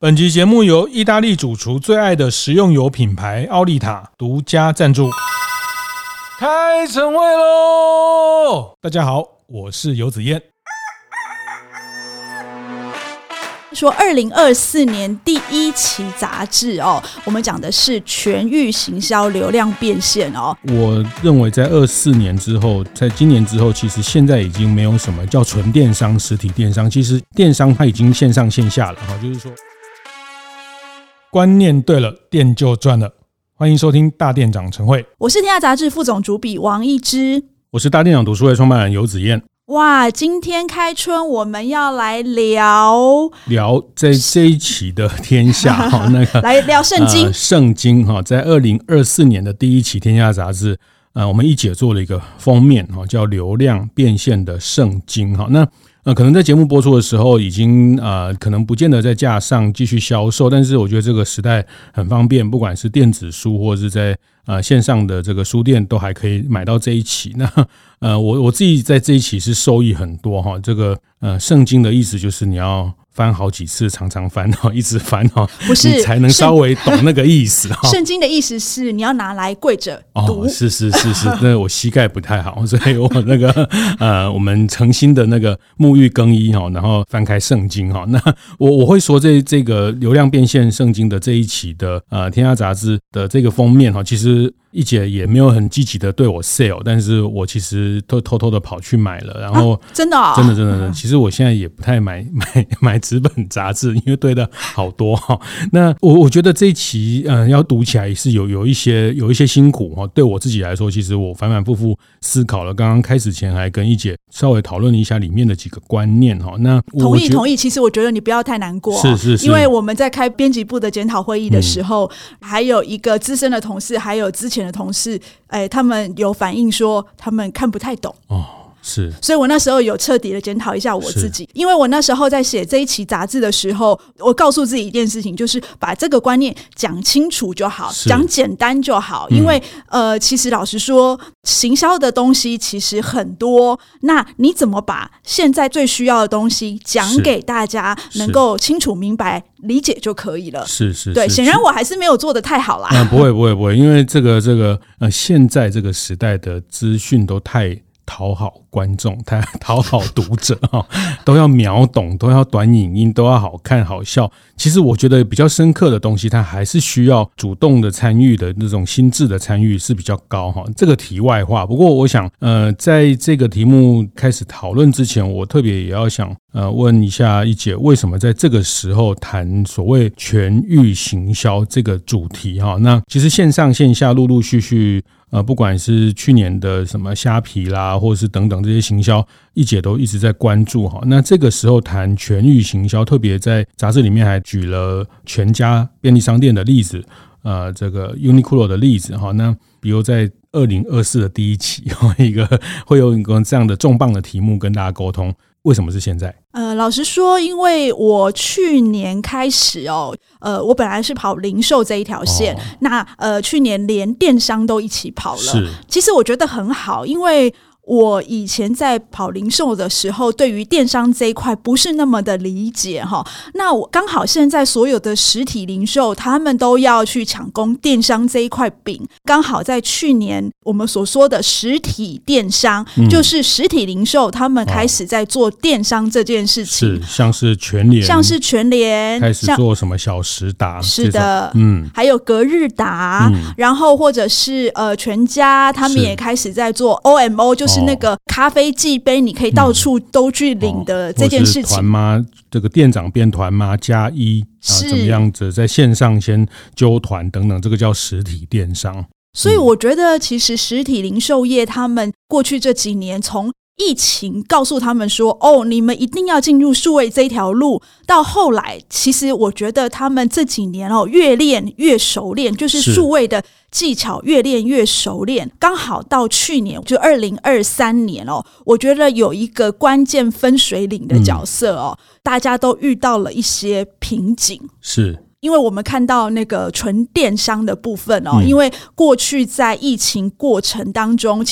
本集节目由意大利主厨最爱的食用油品牌奥利塔独家赞助。开晨会喽！大家好，我是游子燕。 说2024年第一期杂志我们讲的是全域行销流量变现我认为在24年之后，在今年之后，其实现在已经没有什么叫纯电商、实体电商，其实电商它已经线上线下了，就是说观念对了，店就赚了。欢迎收听大店长晨会， 我是天下杂志副总主笔王一之， 我是大店长读书会创办人游子燕。 哇，今天开春我们要来聊在这一期的天下那个来聊圣经。 圣经在2024年的第一期天下杂志，我们一姐做了一个封面叫流量变现的圣经。那可能在节目播出的时候已经可能不见得在架上继续销售，但是我觉得这个时代很方便，不管是电子书或者是在线上的这个书店都还可以买到这一期。那我自己在这一期是受益很多这个圣经的意思就是你要翻好几次，常常翻一直翻不是你才能稍微懂那个意思圣经的意思是你要拿来跪着读是那我膝盖不太好，所以我那个我们诚心的那个沐浴更衣然后翻开圣经那我会说这个流量变现圣经的这一期的天下杂志的这个封面其实一姐也没有很积极的对我 sale， 但是我其实都偷偷的跑去买了，然后真的真的，其实我现在也不太买纸本杂志，因为对的好多那我觉得这一期要读起来是有一些辛苦对我自己来说，其实我反反复复思考了，刚刚开始前还跟一姐稍微讨论了一下里面的几个观念那同意。其实我觉得你不要太难过是因为我们在开编辑部的检讨会议的时候，还有一个资深的同事，还有之前的同事他们有反映说他们看不太懂是， 所以我那时候有彻底的检讨一下我自己，因为我那时候在写这一期杂志的时候，我告诉自己一件事情，就是把这个观念讲清楚就好，讲简单就好，因为其实老实说行销的东西其实很多，那你怎么把现在最需要的东西讲给大家能够清楚明白理解就可以了。是对，显然我还是没有做得太好啦不会，因为这个现在这个时代的资讯都太讨好观众，太讨好读者都要秒懂，都要短影音，都要好看好笑。其实我觉得比较深刻的东西，它还是需要主动的参与的那种心智的参与是比较高这个题外话。不过我想在这个题目开始讨论之前，我特别也要想问一下一姐，为什么在这个时候谈所谓全域行销这个主题那其实线上线下陆陆续续不管是去年的什么虾皮啦，或者是等等这些行销，一姐都一直在关注那这个时候谈全域行销，特别在杂志里面还举了全家便利商店的例子，这个 Uniqlo 的例子那比如在2024的第一期会有一个这样的重磅的题目跟大家沟通，为什么是现在？ 老实说，因为我去年开始我本来是跑零售这一条线，那去年连电商都一起跑了。其实我觉得很好，因为我以前在跑零售的时候，对于电商这一块不是那么的理解那我刚好现在所有的实体零售他们都要去抢攻电商这一块饼，刚好在去年我们所说的实体电商，就是实体零售他们开始在做电商这件事情， 像是全联开始做什么小时达，是的还有隔日达然后或者是全家他们也开始在做 OMO， 就是那个咖啡寄杯你可以到处都去领的这件事情， 团妈这个店长变团妈加一怎么样子在线上先揪团等等，这个叫实体电商。 所以我觉得其实实体零售业他们过去这几年从疫情告诉他们说你们一定要进入数位这条路，到后来其实我觉得他们这几年越练越熟练，就是数位的技巧越练越熟练，刚好到去年就2023年我觉得有一个关键分水岭的角色大家都遇到了一些瓶颈，是因为我们看到那个纯电商的部分因为过去在疫情过程当中，其实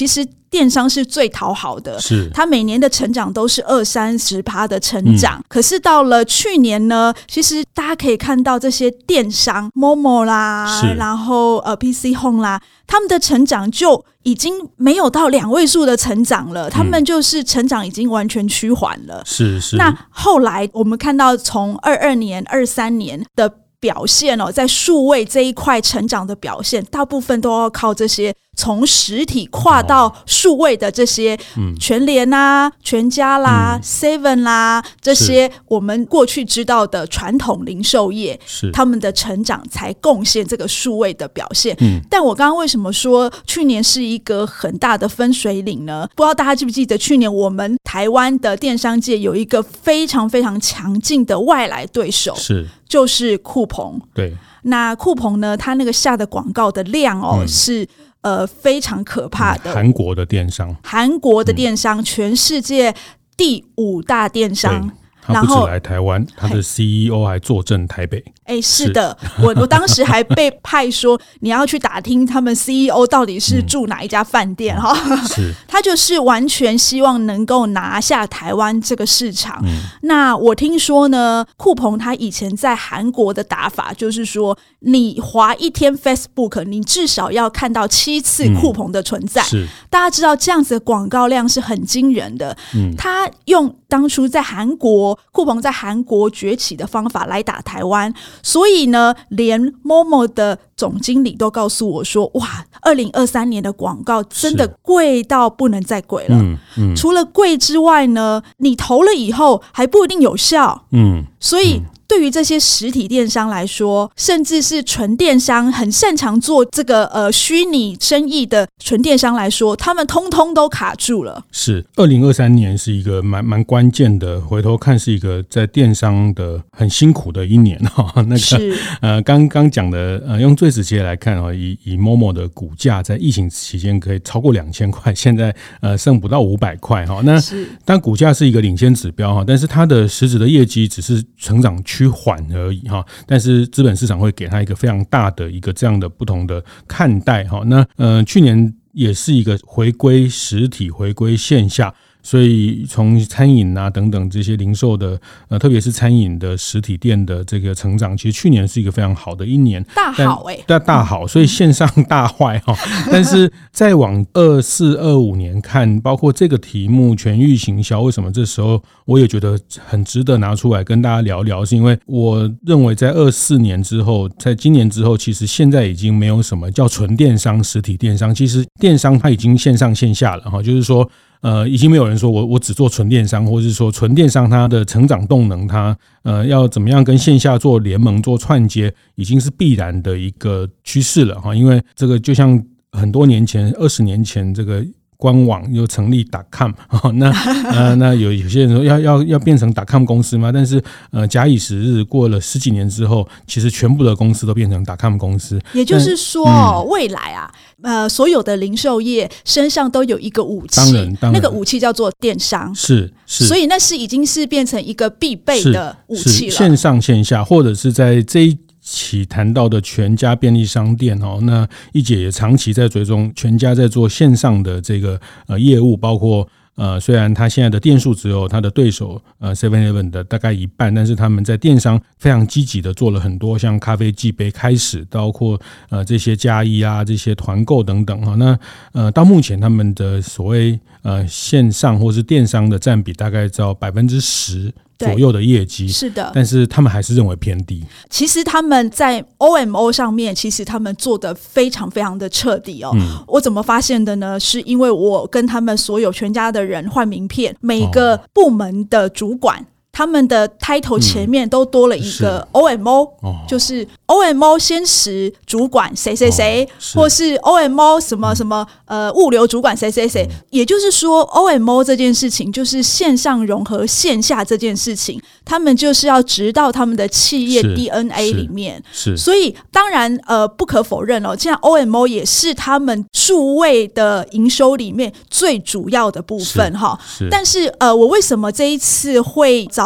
电商是最讨好的， 是它每年的成长都是20-30%的成长，可是到了去年呢，其实大家可以看到这些电商 Momo 啦，然后PC Home 啦，他们的成长就已经没有到2位数的成长了，他们就是成长已经完全趋缓了。 是。 那后来我们看到从22年、23年的表现在数位这一块成长的表现，大部分都要靠这些从实体跨到数位的这些全联啦、全家啦、Seven 啦，这些我们过去知道的传统零售业，他们的成长才贡献这个数位的表现。但我刚刚为什么说去年是一个很大的分水岭呢？不知道大家记不记得去年我们台湾的电商界有一个非常非常强劲的外来对手，就是酷澎。 对， 那酷澎呢，它那个下的广告的量是非常可怕的。 韩国的电商，全世界第5大电商。他不止来台湾，他的 CEO 还坐镇台北。 是的，我当时还被派说你要去打听他们 CEO 到底是住哪一家饭店他就是完全希望能够拿下台湾这个市场。那我听说呢，酷澎他以前在韩国的打法就是说，你滑一天 Facebook， 你至少要看到7次酷澎的存在。大家知道这样子的广告量是很惊人的。他用当初在韩国酷澎在韩国崛起的方法来打台湾，所以呢，连 Momo 的总经理都告诉我说，哇，2023年的广告真的贵到不能再贵了。除了贵之外呢，你投了以后还不一定有效。所以对于这些实体电商来说，甚至是纯电商很擅长做这个虚拟生意的纯电商来说，他们通通都卡住了。 是2023年是一个蛮关键的，回头看是一个在电商的很辛苦的一年那个刚讲的用最直接来看以 Momo 的股价在疫情期间可以超过2000块，现在剩不到500块那但股价是一个领先指标但是它的实质的业绩只是成长趋缓而已但是资本市场会给它一个非常大的一个这样的不同的看待那去年也是一个回归实体回归线下，所以从餐饮等等这些零售的特别是餐饮的实体店的这个成长，其实去年是一个非常好的一年，大好，所以线上大坏但是再往24、25年看，包括这个题目全域行销，为什么这时候我也觉得很值得拿出来跟大家聊聊，是因为我认为在24年之后，在今年之后，其实现在已经没有什么叫纯电商实体电商，其实电商它已经线上线下了就是说已经没有人说我只做纯电商，或是说纯电商它的成长动能它要怎么样跟线下做联盟做串接，已经是必然的一个趋势了因为这个就像很多年前20年前这个官网又成立 .com 那有些人说要变成 .com 公司吗？但是假以时日，过了10几年之后，其实全部的公司都变成 .com 公司。 也就是说未来所有的零售业身上都有一个武器， 当然那个武器叫做电商， 是， 所以那是已经是变成一个必备的武器了， 线上线下，或者是在这一起谈到的全家便利商店那一姐也长期在追踪全家在做线上的这个业务，包括虽然他现在的店数只有他的对手7-Eleven 的大概1半，但是他们在电商非常积极的做了很多，像咖啡寄杯开始，包括这些加一这些团购等等那到目前他们的所谓线上或是电商的占比大概到10%左右的业绩， 是的， 但是他们还是认为偏低。 其实他们在 OMO 上面，其实他们做得非常非常的彻底我怎么发现的呢？是因为我跟他们所有全家的人换名片，每个部门的主管他们的 title 前面都多了一个 OMO，就是 OMO 鲜食主管谁谁谁，或是 OMO 什么什么物流主管谁谁谁。也就是说 OMO 这件事情就是线上融合线下这件事情，他们就是要植到他们的企业 DNA 里面。所以当然不可否认现在 OMO 也是他们数位的营收里面最主要的部分但是我为什么这一次会找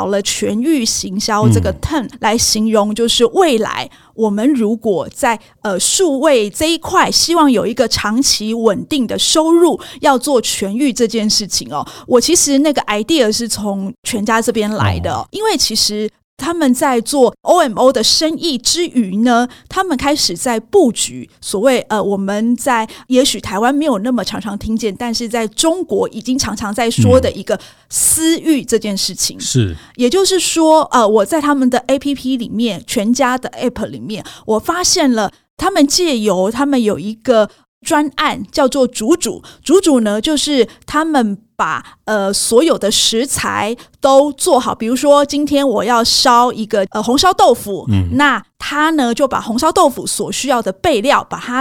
找了全域行销这个 term 来形容，就是未来我们如果在数位这一块希望有一个长期稳定的收入，要做全域这件事情哦。我其实那个 idea 是从全家这边来的，因为其实他们在做 OMO 的生意之余呢，他们开始在布局所谓我们在也许台湾没有那么常常听见，但是在中国已经常常在说的一个私域这件事情。 是， 也就是说我在他们的 APP 里面，全家的 App 里面，我发现了他们借由他们有一个专案叫做煮煮呢，就是他们把所有的食材都做好，比如说今天我要烧一个红烧豆腐，那他呢就把红烧豆腐所需要的备料把它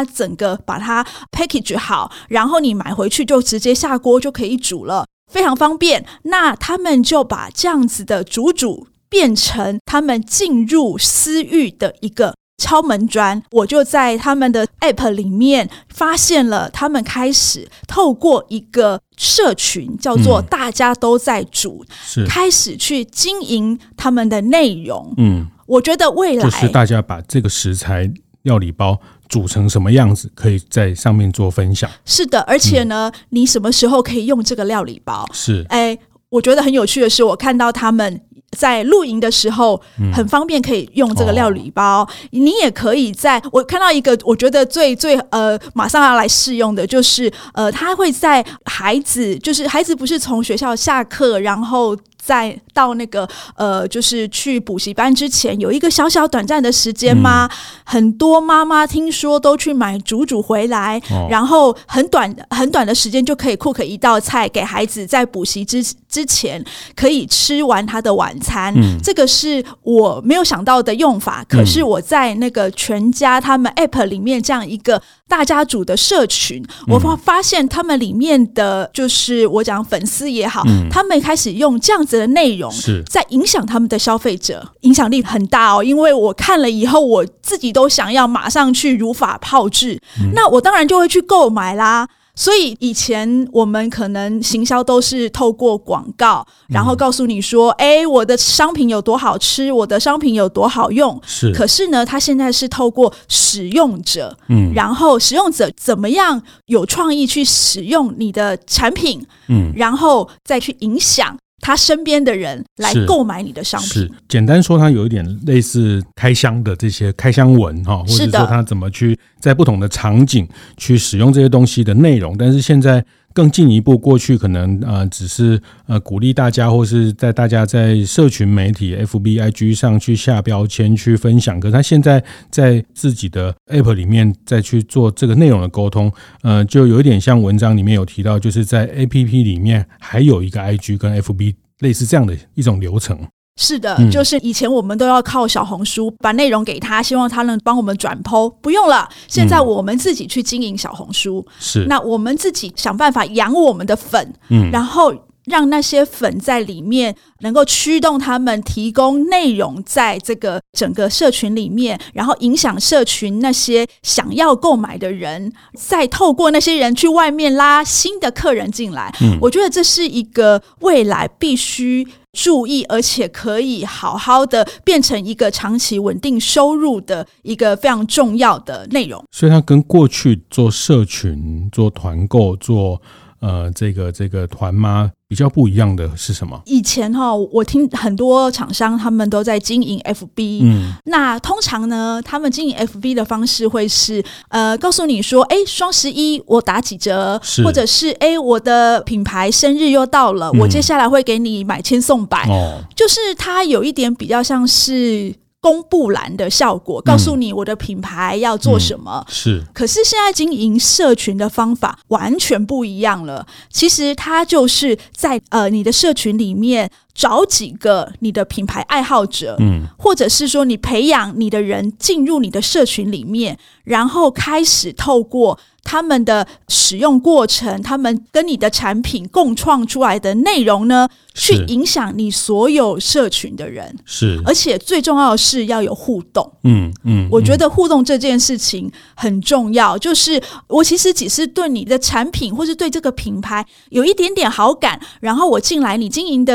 package 好，然后你买回去就直接下锅就可以煮了，非常方便。那他们就把这样子的煮变成他们进入私域的一个敲门砖。我就在他们的 App 里面发现了他们开始透过一个社群叫做大家都在煮，开始去经营他们的内容。我觉得未来就是大家把这个食材料理包煮成什么样子，可以在上面做分享。是的，而且呢，你什么时候可以用这个料理包？ 是， 我觉得很有趣的是，我看到他们在露营的时候很方便可以用这个料理包，你也可以我看到一个我觉得最马上要来试用的就是他会在孩子不是从学校下课然后再到那个就是去补习班之前有一个小小短暂的时间吗？很多妈妈听说都去买煮回来，然后很短的时间就可以 cook 一道菜给孩子在补习之前可以吃完他的晚餐。这个是我没有想到的用法，可是我在那个全家他们 App 里面这样一个大家族的社群，我发现他们里面的就是我讲粉丝也好，他们开始用这样子的内容在影响他们的消费者，影响力很大哦。因为我看了以后，我自己都想要马上去如法炮制，那我当然就会去购买啦。所以以前我们可能行销都是透过广告，然后告诉你说我的商品有多好吃，我的商品有多好用，可是呢它现在是透过使用者，然后使用者怎么样有创意去使用你的产品，然后再去影响他身边的人来购买你的商品。 是简单说，它有一点类似开箱的这些开箱文或者说它怎么去在不同的场景去使用这些东西的内容。但是现在更进一步，过去可能只是鼓励大家，或是在大家在社群媒体 FB、IG 上去下标签去分享。可是他现在在自己的 App 里面再去做这个内容的沟通，就有一点像文章里面有提到，就是在 APP 里面还有一个 IG 跟 FB 类似这样的一种流程。 是的，就是以前我们都要靠小红书把内容给他，希望他能帮我们转 po， 不用了，现在我们自己去经营小红书，那我们自己想办法养我们的粉，然后让那些粉在里面能够驱动他们提供内容在这个整个社群里面，然后影响社群那些想要购买的人，再透过那些人去外面拉新的客人进来。我觉得这是一个未来必须注意，而且可以好好的变成一个长期稳定收入的一个非常重要的内容。 所以它跟过去做社群、做团购、做这个团妈比较不一样的是什么？以前我听很多厂商他们都在经营 FB，那通常呢他们经营 FB 的方式会是告诉你说双11我打几折，或者是我的品牌生日又到了，我接下来会给你买千送百，就是它有一点比较像是公布栏的效果，告诉你我的品牌要做什么，可是现在经营社群的方法完全不一样了。其实它就是在你的社群里面找几个你的品牌爱好者，或者是说你培养你的人进入你的社群里面，然后开始透过他们的使用过程，他们跟你的产品共创出来的内容呢，去影响你所有社群的人。而且最重要的是要有互动。我觉得互动这件事情很重要，就是我其实只是对你的产品或是对这个品牌有一点点好感，然后我进来你经营的社群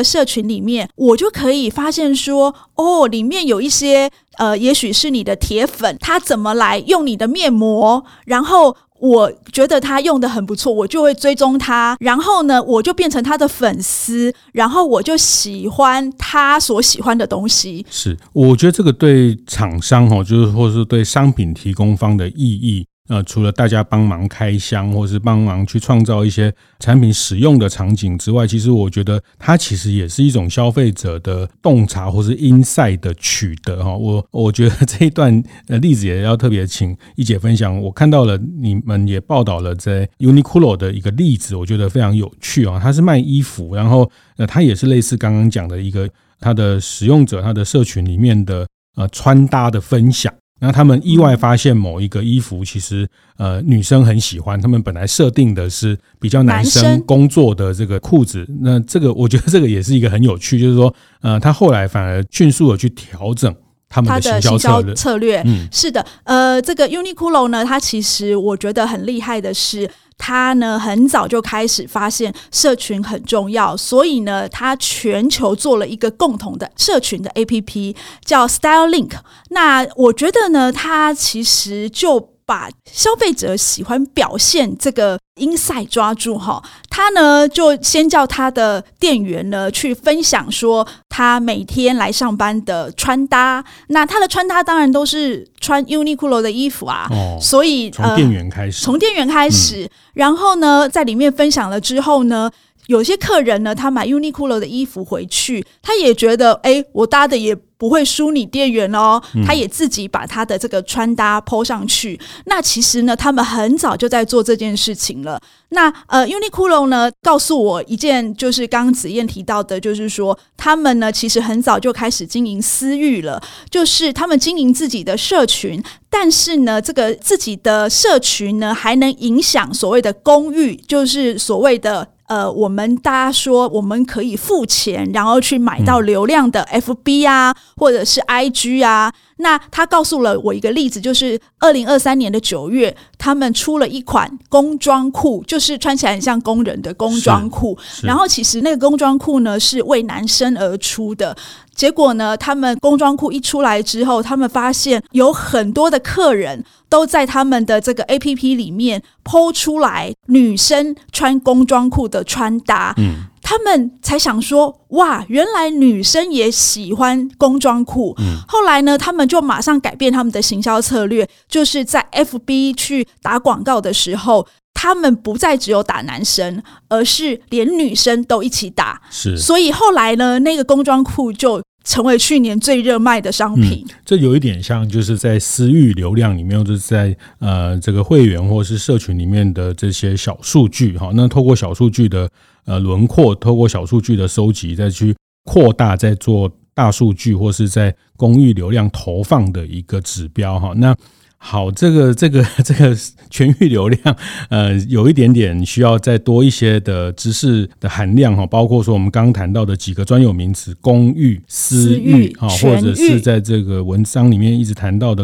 里面，我就可以发现说，里面有一些也许是你的铁粉，他怎么来用你的面膜，然后我觉得他用的很不错，我就会追踪他，然后呢我就变成他的粉丝，然后我就喜欢他所喜欢的东西。 是，我觉得这个对厂商就是或是对商品提供方的意义，除了大家帮忙开箱或是帮忙去创造一些产品使用的场景之外，其实我觉得它其实也是一种消费者的洞察或是 insight 的取得。我觉得这一段例子也要特别请一姐分享。我看到了你们也报道了在 Uniqlo 的一个例子，我觉得非常有趣。它是卖衣服，然后它也是类似刚刚讲的一个它的使用者他的社群里面的穿搭的分享。那他们意外发现某一个衣服其实女生很喜欢，他们本来设定的是比较男生工作的这个裤子，那这个我觉得这个也是一个很有趣，就是说他后来反而迅速的去调整他们的行销策略。 是的，这个 Uniqlo 呢，它其实我觉得很厉害的是，他呢很早就开始发现社群很重要，所以呢他全球做了一个共同的社群的 APP 叫 StyleLink。 那我觉得呢他其实就把消费者喜欢表现这个 insight 抓住。他呢就先叫他的店员呢去分享说他每天来上班的穿搭，那他的穿搭当然都是穿 Uniqlo 的衣服啊，所以从店员开始，然后呢在里面分享了之后呢，有些客人呢他买 Uniqlo 的衣服回去，他也觉得我搭的也不会输你店员哦，他也自己把他的这个穿搭 po 上去。那其实呢他们很早就在做这件事情了。那Uniqlo 呢告诉我一件，就是刚刚子燕提到的，就是说他们呢其实很早就开始经营私域了，就是他们经营自己的社群，但是呢这个自己的社群呢还能影响所谓的公域，就是所谓的我们大家说我们可以付钱然后去买到流量的 FB 啊或者是 IG 啊。那他告诉了我一个例子，就是2023年的9月他们出了一款工装裤，就是穿起来很像工人的工装裤，然后其实那个工装裤呢是为男生而出的。结果呢他们工装裤一出来之后，他们发现有很多的客人都在他们的这个 APP 里面 po 出来女生穿工装裤的穿搭，他们才想说哇，原来女生也喜欢工装裤。后来呢他们就马上改变他们的行销策略，就是在 FB 去打广告的时候，他们不再只有打男生，而是连女生都一起打。所以后来呢那个工装裤就成为去年最热卖的商品。 这有一点像就是在私域流量里面，就是在这个会员或是社群里面的这些小数据。那透过小数据的轮廓，透过小数据的收集，再去扩大，再做大数据或是在公域流量投放的一个指标。那好，这个全域流量有一点点需要再多一些的知识的含量，包括说我们刚刚谈到的几个专有名词，公域、私域，或者是在这个文章里面一直谈到的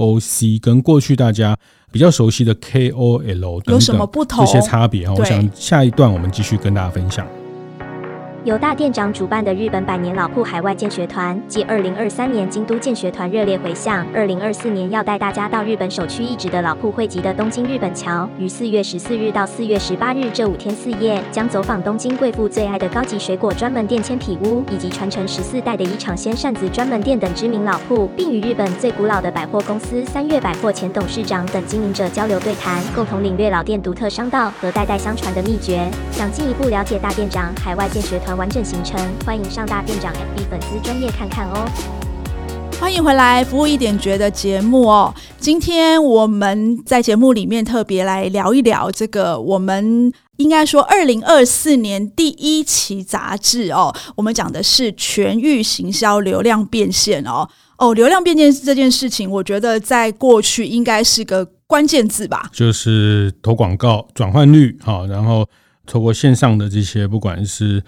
KOC 跟过去大家比较熟悉的 KOL 等等有什么不同， 这些差别。我想下一段我们继续跟大家分享。 由大店长主办的日本百年老铺海外见学团继2023年京都见学团热烈回响，2024年要带大家到日本首屈一指的老铺汇集的东京日本桥，于4月14日到4月18日这5天4夜，将走访东京贵妇最爱的高级水果专门店千痞屋，以及传承14代的宜场鲜扇子专门店等知名老铺，并与日本最古老的百货公司三越百货前董事长等经营者交流对谈，共同领略老店独特商道和代代相传的秘诀。想进一步了解大店长海外见学团完整行程，欢迎上大店长 FB 粉丝专页看看哦。 欢迎回来服务一点觉的节目哦。今天我们在节目里面特别来聊一聊这个我们应该说2024年第1期杂志哦，我们讲的是全域行销流量变现哦。流量变现这件事情，我觉得在过去应该是个关键字吧，就是投广告转换率，然后透过线上的这些不管是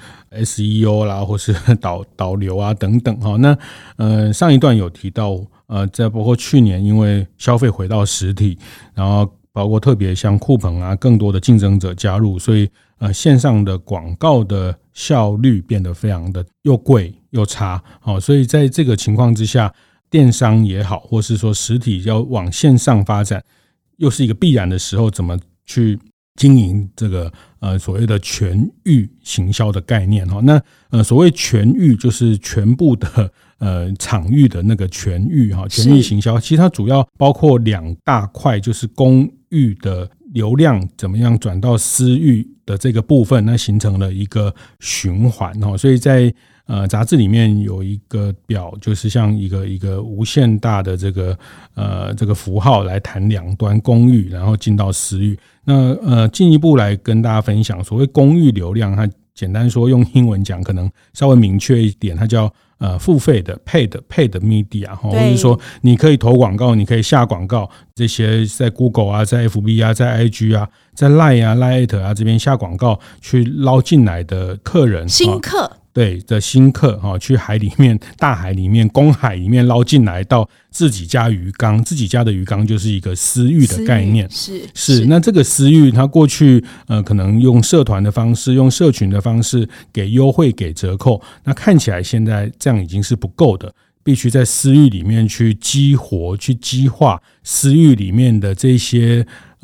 SEO 啦或是导流啊等等。那上一段有提到在包括去年因为消费回到实体，然后包括特别像酷朋啊更多的竞争者加入，所以线上的广告的效率变得非常的又贵又差，所以在这个情况之下，电商也好，或是说实体要往线上发展，又是一个必然的时候，怎么去经营这个所谓的全域行销的概念。那所谓全域就是全部的场域的那个全域全域行销，其实它主要包括2大块，就是公域的流量怎么样转到私域的这个部分，那形成了一个循环。所以在杂志里面有一个表，就是像一个无限大的这个符号来谈两端公域，然后进到私域。那进一步来跟大家分享，所谓公域流量，它简单说用英文讲可能稍微明确一点，它叫付费的 paid media， 或者说你可以投广告，你可以下广告，这些在 Google 啊，在 FB 啊，在 IG 啊，在 Line 啊 Line@ 啊这边下广告去捞进来的客人， 新客。 对的新客去海里面大海里面公海里面捞进来到自己家鱼缸，自己家的鱼缸就是一个私域的概念。是那这个私域它过去可能用社团的方式，用社群的方式给优惠给折扣，那看起来现在这样已经是不够的，必须在私域里面去激活去激化私域里面的这些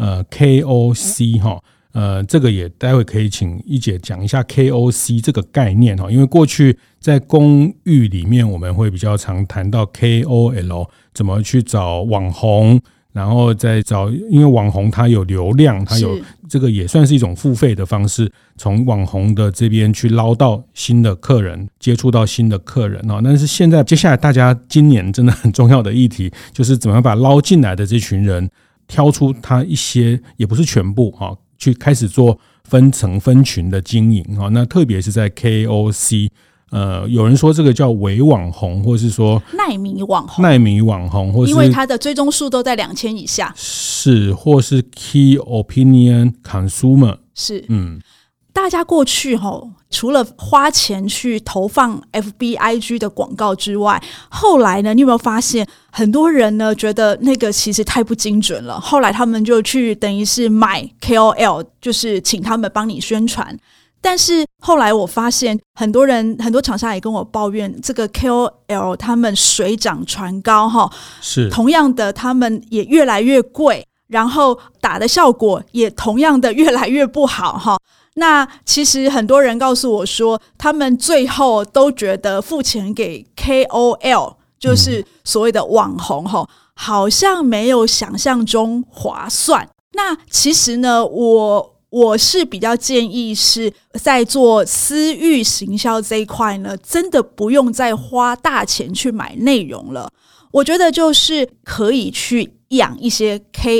KOC这个也待会可以请一姐讲一下 KOC 这个概念，因为过去在公域里面我们会比较常谈到 KOL 怎么去找网红，然后再找，因为网红它有流量，它有这个也算是一种付费的方式，从网红的这边去捞到新的客人，接触到新的客人。但是现在接下来大家今年真的很重要的议题，就是怎么把捞进来的这群人挑出他一些，也不是全部去开始做分层分群的经营。那特别是在 KOC， 有人说这个叫伪网红，或是说奈米网红， 或是因为它的追踪数都在2000以下， 是，或是 Key Opinion Consumer， 是，大家过去除了花钱去投放 FB、IG 的广告之外，后来呢，你有没有发现很多人呢觉得那个其实太不精准了？后来他们就去等于是买 KOL， 就是请他们帮你宣传。但是后来我发现很多厂商也跟我抱怨，这个 KOL 他们水涨船高是同样的，他们也越来越贵，然后打的效果也同样的越来越不好那其实很多人告诉我说，他们最后都觉得付钱给 KOL， 就是所谓的网红好像没有想象中划算。那其实呢，我是比较建议是在做私域行销这一块呢，真的不用再花大钱去买内容了。我觉得就是可以去养一些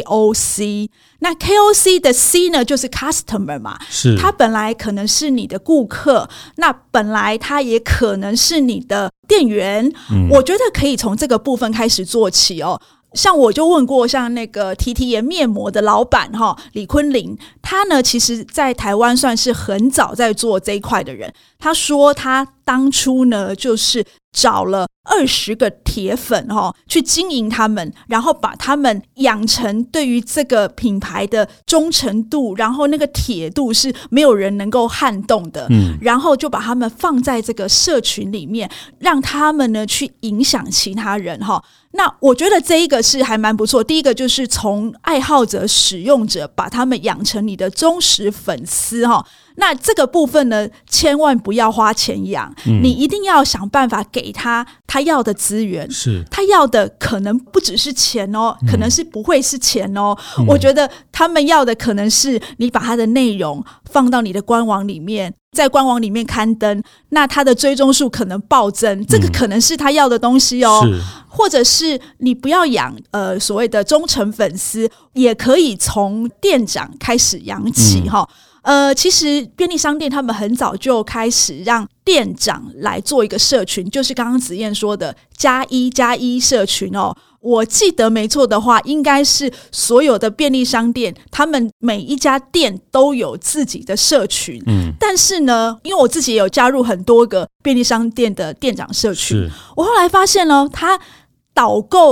KOC， 那 KOC 的 C 呢就是 customer 嘛，是他本来可能是你的顾客，那本来他也可能是你的店员，我觉得可以从这个部分开始做起像我就问过像那个提提颜面膜的老板李坤林，他呢其实在台湾算是很早在做这一块的人。他说他当初呢就是找了20个铁粉去经营他们，然后把他们养成对于这个品牌的忠诚度，然后那个铁度是没有人能够撼动的，然后就把他们放在这个社群里面，让他们呢去影响其他人那我觉得这一个是还蛮不错。第一个就是从爱好者使用者把他们养成你的忠实粉丝那这个部分呢千万不要花钱养，你一定要想办法给他要的资源，是他要的可能不只是钱可能是不会是钱我觉得他们要的可能是你把他的内容放到你的官网里面，在官网里面刊登，那他的追踪数可能暴增，这个可能是他要的东西或者是你不要养所谓的忠诚粉丝，也可以从店长开始养起其实便利商店他们很早就开始让店长来做一个社群，就是刚刚子燕说的+1+1社群我记得没错的话，应该是所有的便利商店他们每一家店都有自己的社群但是呢，因为我自己也有加入很多个便利商店的店长社群，我后来发现他导购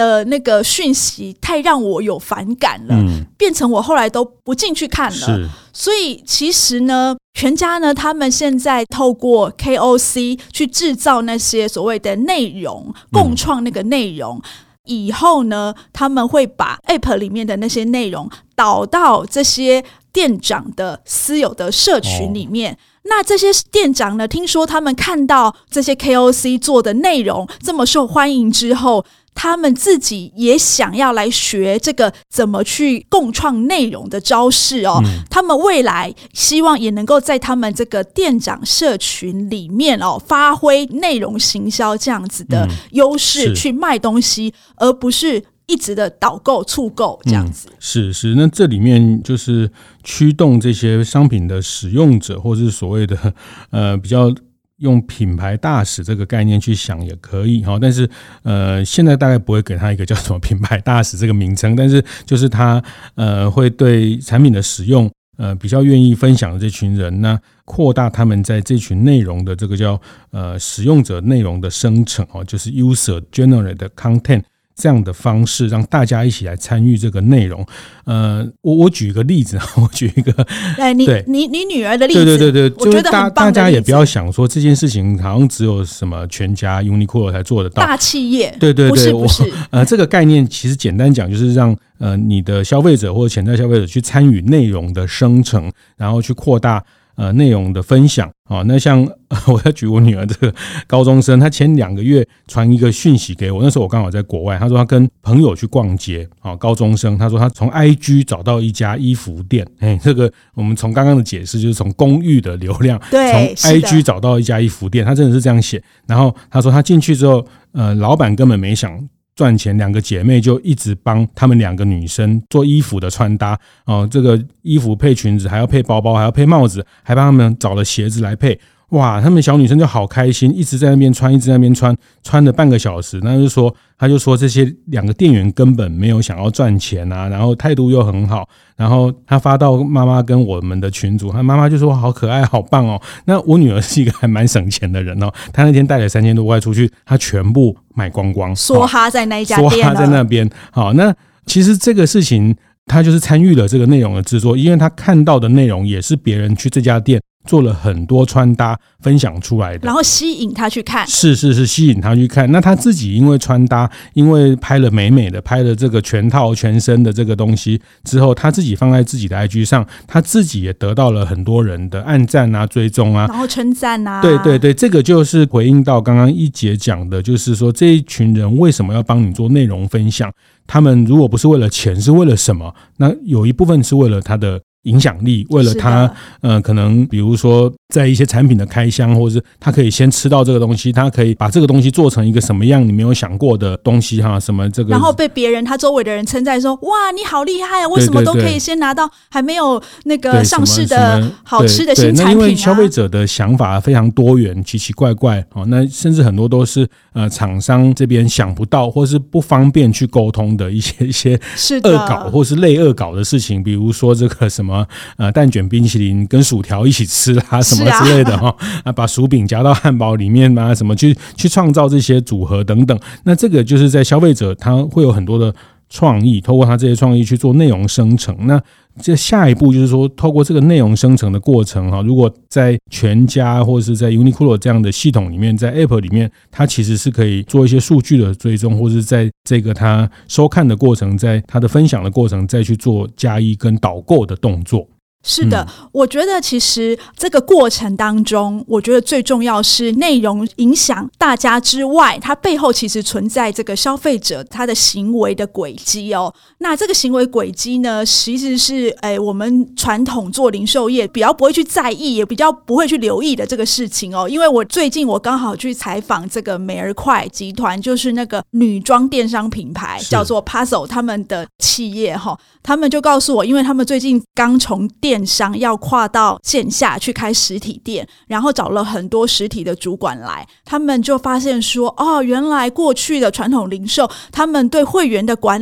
的那个讯息太让我有反感了，变成我后来都不进去看了。所以其实呢，全家呢，他们现在透过 KOC 去制造那些所谓的内容，共创那个内容。以后呢，他们会把 App 里面的那些内容导到这些店长的私有的社群里面。那这些店长呢，听说他们看到这些 KOC 做的内容这么受欢迎之后，他们自己也想要来学这个怎么去共创内容的招式哦。他们未来希望也能够在他们这个店长社群里面哦，发挥内容行销这样子的优势去卖东西，而不是一直的导购促购这样子。 是，那这里面就是驱动这些商品的使用者，或是所谓的比较用品牌大使这个概念去想也可以，但是现在大概不会给他一个叫什么品牌大使这个名称，但是就是他会对产品的使用比较愿意分享的这群人，那扩大他们在这群内容的这个叫使用者内容的生成，就是 user generate content这样的方式，让大家一起来参与这个内容。我举一个例子，我举一个， 你女儿的例子， 对， 我觉得很棒的例子。 大家也不要想说这件事情好像只有什么全家、Uniqlo 才做得到， 大企业， 对， 不是， 这个概念其实简单讲就是让你的消费者或者潜在消费者去参与内容的生成，然后去扩大内容的分享。那像我要举我女儿这个高中生，她前2个月传一个讯息给我，那时候我刚好在国外，她说她跟朋友去逛街，高中生，她说她从 IG 找到一家衣服店，这个我们从刚刚的解释就是从公寓的流量，从 IG 找到一家衣服店，她真的是这样写。然后她说她进去之后，老板根本没想赚钱，2个姐妹就一直帮她们2个女生做衣服的穿搭，这个衣服配裙子，还要配包包，还要配帽子，还帮她们找了鞋子来配。哇，她们小女生就好开心，一直在那边穿，穿了半个小时。她就说这些2个店员根本没有想要赚钱啊，然后态度又很好，然后她发到妈妈跟我们的群组，她妈妈就说好可爱，好棒哦。那我女儿是一个还蛮省钱的人哦，她那天带了3000多块出去，她全部买光光， 梭哈在那一家店了， 梭哈在那边。好，那其实这个事情她就是参与了这个内容的制作，因为她看到的内容也是别人去这家店做了很多穿搭分享出来的， 然后吸引他去看， 是吸引他去看。那他自己因为穿搭，因为拍了美美的，拍了这个全套全身的这个东西之后，他自己放在自己的 IG 上，他自己也得到了很多人的按赞啊、追踪啊， 然后称赞啊。 对，这个就是回应到刚刚一姐讲的，就是说这一群人为什么要帮你做内容分享？他们如果不是为了钱，是为了什么？那有一部分是为了他的影响力，为了他可能比如说在一些产品的开箱，或者是他可以先吃到这个东西，他可以把这个东西做成一个什么样你没有想过的东西哈，什么这个， 然后被别人他周围的人称赞说哇你好厉害啊，为什么都可以先拿到还没有那个上市的好吃的新产品啊。 那因为消费者的想法非常多元，奇奇怪怪，那甚至很多都是厂商这边想不到或是不方便去沟通的一些恶搞或是类恶搞的事情，比如说这个什么蛋卷冰淇淋跟薯条一起吃啊什么之类的把薯饼夹到汉堡里面啊什么去创造这些组合等等。那这个就是在消费者他会有很多的创意，透过他这些创意去做内容生成。那这下一步就是说，透过这个内容生成的过程如果在全家或者是在 Uniqlo 这样的系统里面，在 App 里面，它其实是可以做一些数据的追踪，或者是在这个他收看的过程，在他的分享的过程，再去做加一跟导购的动作。 是的，我觉得其实这个过程当中，我觉得最重要是内容影响大家之外，它背后其实存在这个消费者他的行为的轨迹哦。那这个行为轨迹呢，其实是我们传统做零售业比较不会去在意，也比较不会去留意的这个事情哦。因为我最近我刚好去采访这个美而快集团，就是那个女装电商品牌叫做 Puzzle 他们的企业他们就告诉我，因为他们最近刚从电商要跨到线下去开实体店，然后找了很多实体的主管来，他们就发现说原来过去的传统零售他们对会员的管理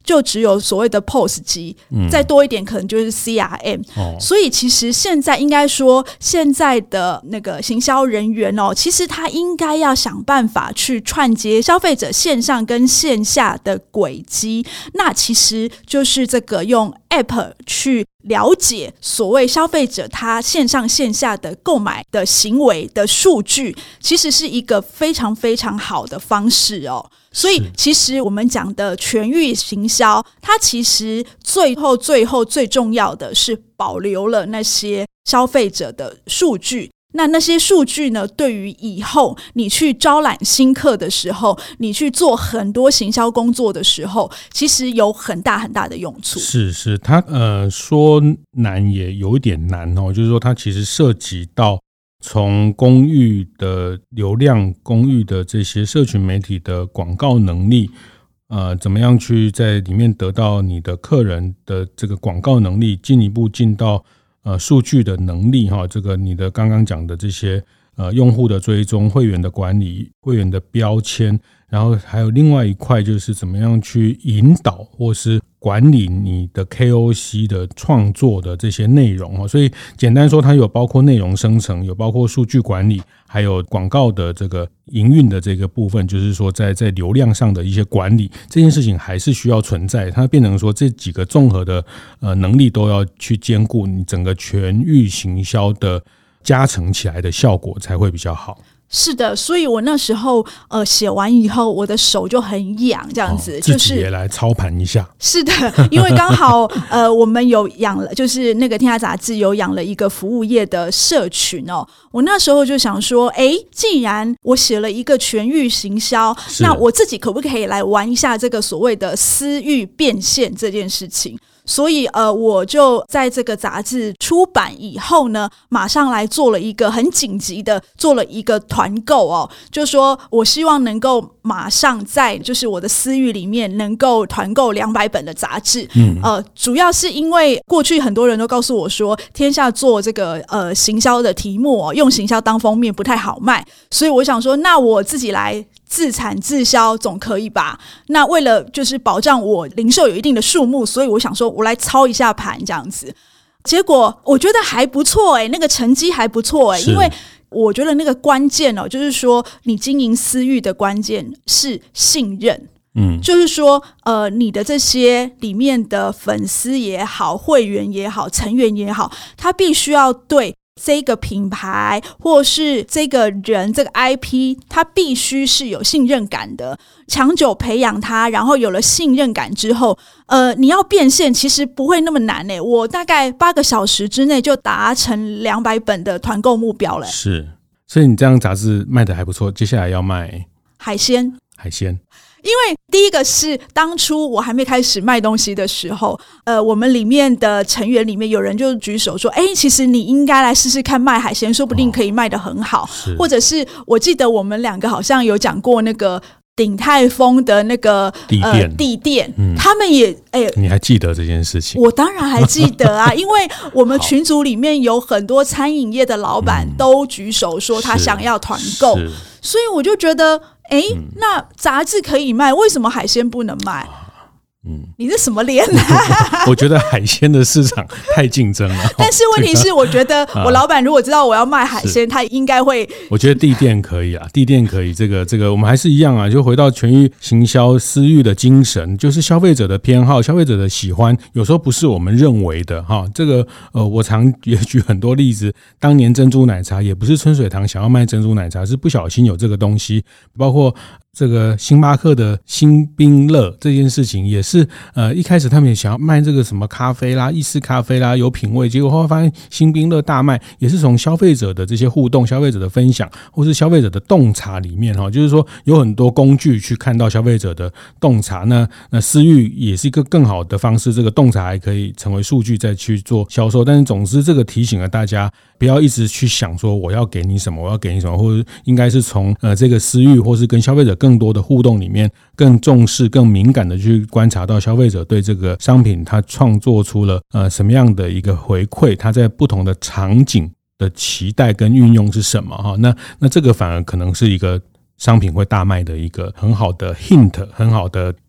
就只有所谓的 POS 机，再多一点可能就是 CRM。所以其实现在应该说，现在的那个行销人员其实他应该要想办法去串接消费者线上跟线下的轨迹。那其实就是这个用 App 去了解所谓消费者他线上线下的购买的行为的数据，其实是一个非常非常好的方式所以其实我们讲的全域行销，它其实最后最重要的是保留了那些消费者的数据。那些数据呢，对于以后你去招揽新客的时候，你去做很多行销工作的时候，其实有很大很大的用处。 是它说难也有一点难就是说它其实涉及到从公域的流量、公域的这些社群媒体的广告能力，怎么样去在里面得到你的客人的这个广告能力，进一步进到数据的能力这个你的刚刚讲的这些用户的追踪、会员的管理、会员的标签，然后还有另外一块就是怎么样去引导或是管理你的 KOC 的创作的这些内容。所以简单说，它有包括内容生成，有包括数据管理，还有广告的这个营运的这个部分，就是说在流量上的一些管理，这件事情还是需要存在。它变成说这几个综合的能力都要去兼顾，你整个全域行销的加成起来的效果才会比较好。 是的，所以我那时候写完以后，我的手就很痒，这样子， 自己也来操盘一下。 是的，因为刚好我们有养了，就是那个天下杂志有养了一个服务业的社群我那时候就想说，既然我写了一个全域行销，那我自己可不可以来玩一下这个所谓的私域变现这件事情？所以我就在这个杂志出版以后呢，马上来做了一个很紧急的做了一个团购就是说我希望能够马上在就是我的私域里面能够团购200本的杂志。主要是因为过去很多人都告诉我说，天下做这个行销的题目用行销当封面不太好卖，所以我想说，那我自己来自产自销总可以吧？那为了就是保障我零售有一定的数目，所以我想说我来操一下盘这样子。结果我觉得还不错那个成绩还不错因为我觉得那个关键就是说你经营私域的关键是信任。就是说你的这些里面的粉丝也好，会员也好，成员也好，他必须要对这个品牌或是这个人这个 IP 他必须是有信任感的，长久培养他，然后有了信任感之后你要变现其实不会那么难我大概8个小时之内就达成200本的团购目标了。 是，所以你这样杂志卖得还不错，接下来要卖海鲜。 因为第一个是当初我还没开始卖东西的时候我们里面的成员里面有人就举手说其实你应该来试试看卖海鲜，说不定可以卖得很好。或者是我记得我们2个好像有讲过那个鼎泰丰的那个地店他们也你还记得这件事情？ 我当然还记得啊因为我们群组里面有很多餐饮业的老板都举手说他想要团购，所以我就觉得那杂志可以卖，为什么海鲜不能卖？你是什么脸我觉得海鲜的市场太竞争了但是问题是我觉得我老板如果知道我要卖海鲜他应该会， 我觉得地店可以地店可以，这个我们还是一样就回到全域行销私域的精神，就是消费者的偏好，消费者的喜欢有时候不是我们认为的这个我常也举很多例子，当年珍珠奶茶也不是春水堂想要卖珍珠奶茶，是不小心有这个东西，包括这个星巴克的星冰乐这件事情也是一开始他们也想要卖这个什么咖啡啦、意式咖啡啦，有品味，结果后来发现星冰乐大卖，也是从消费者的这些互动、消费者的分享或是消费者的洞察里面就是说有很多工具去看到消费者的洞察，那私域也是一个更好的方式，这个洞察还可以成为数据再去做销售。但是总之这个提醒了大家不要一直去想说我要给你什么，我要给你什么，或者应该是从这个私域或是跟消费者更多的互动里面更重视、更敏感的去观察到消费者对这个商品它创作出了什么样的一个回馈，它在不同的场景的期待跟运用是什么那这个反而可能是一个商品会大卖的一个很好的 hint， 很好的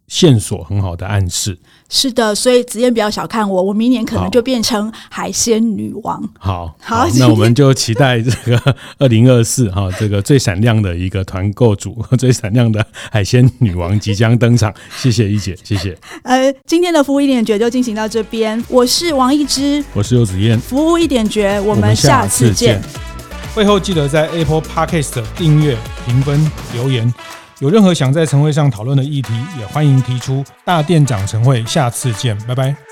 线索，很好的暗示。 是的，所以子燕不要小看我明年可能就变成海鲜女王。 好，那我们就期待这个2024这个最闪亮的一个团购组，最闪亮的海鲜女王即将登场。谢谢一姐，谢谢。 今天的服务一点绝就进行到这边，我是王一之， 我是游子燕， 服务一点绝，我们下次见。 会后记得在 Apple Podcast 订阅、评分、留言。有任何想在晨会上讨论的议题，也欢迎提出。大店长晨会，下次见，拜拜。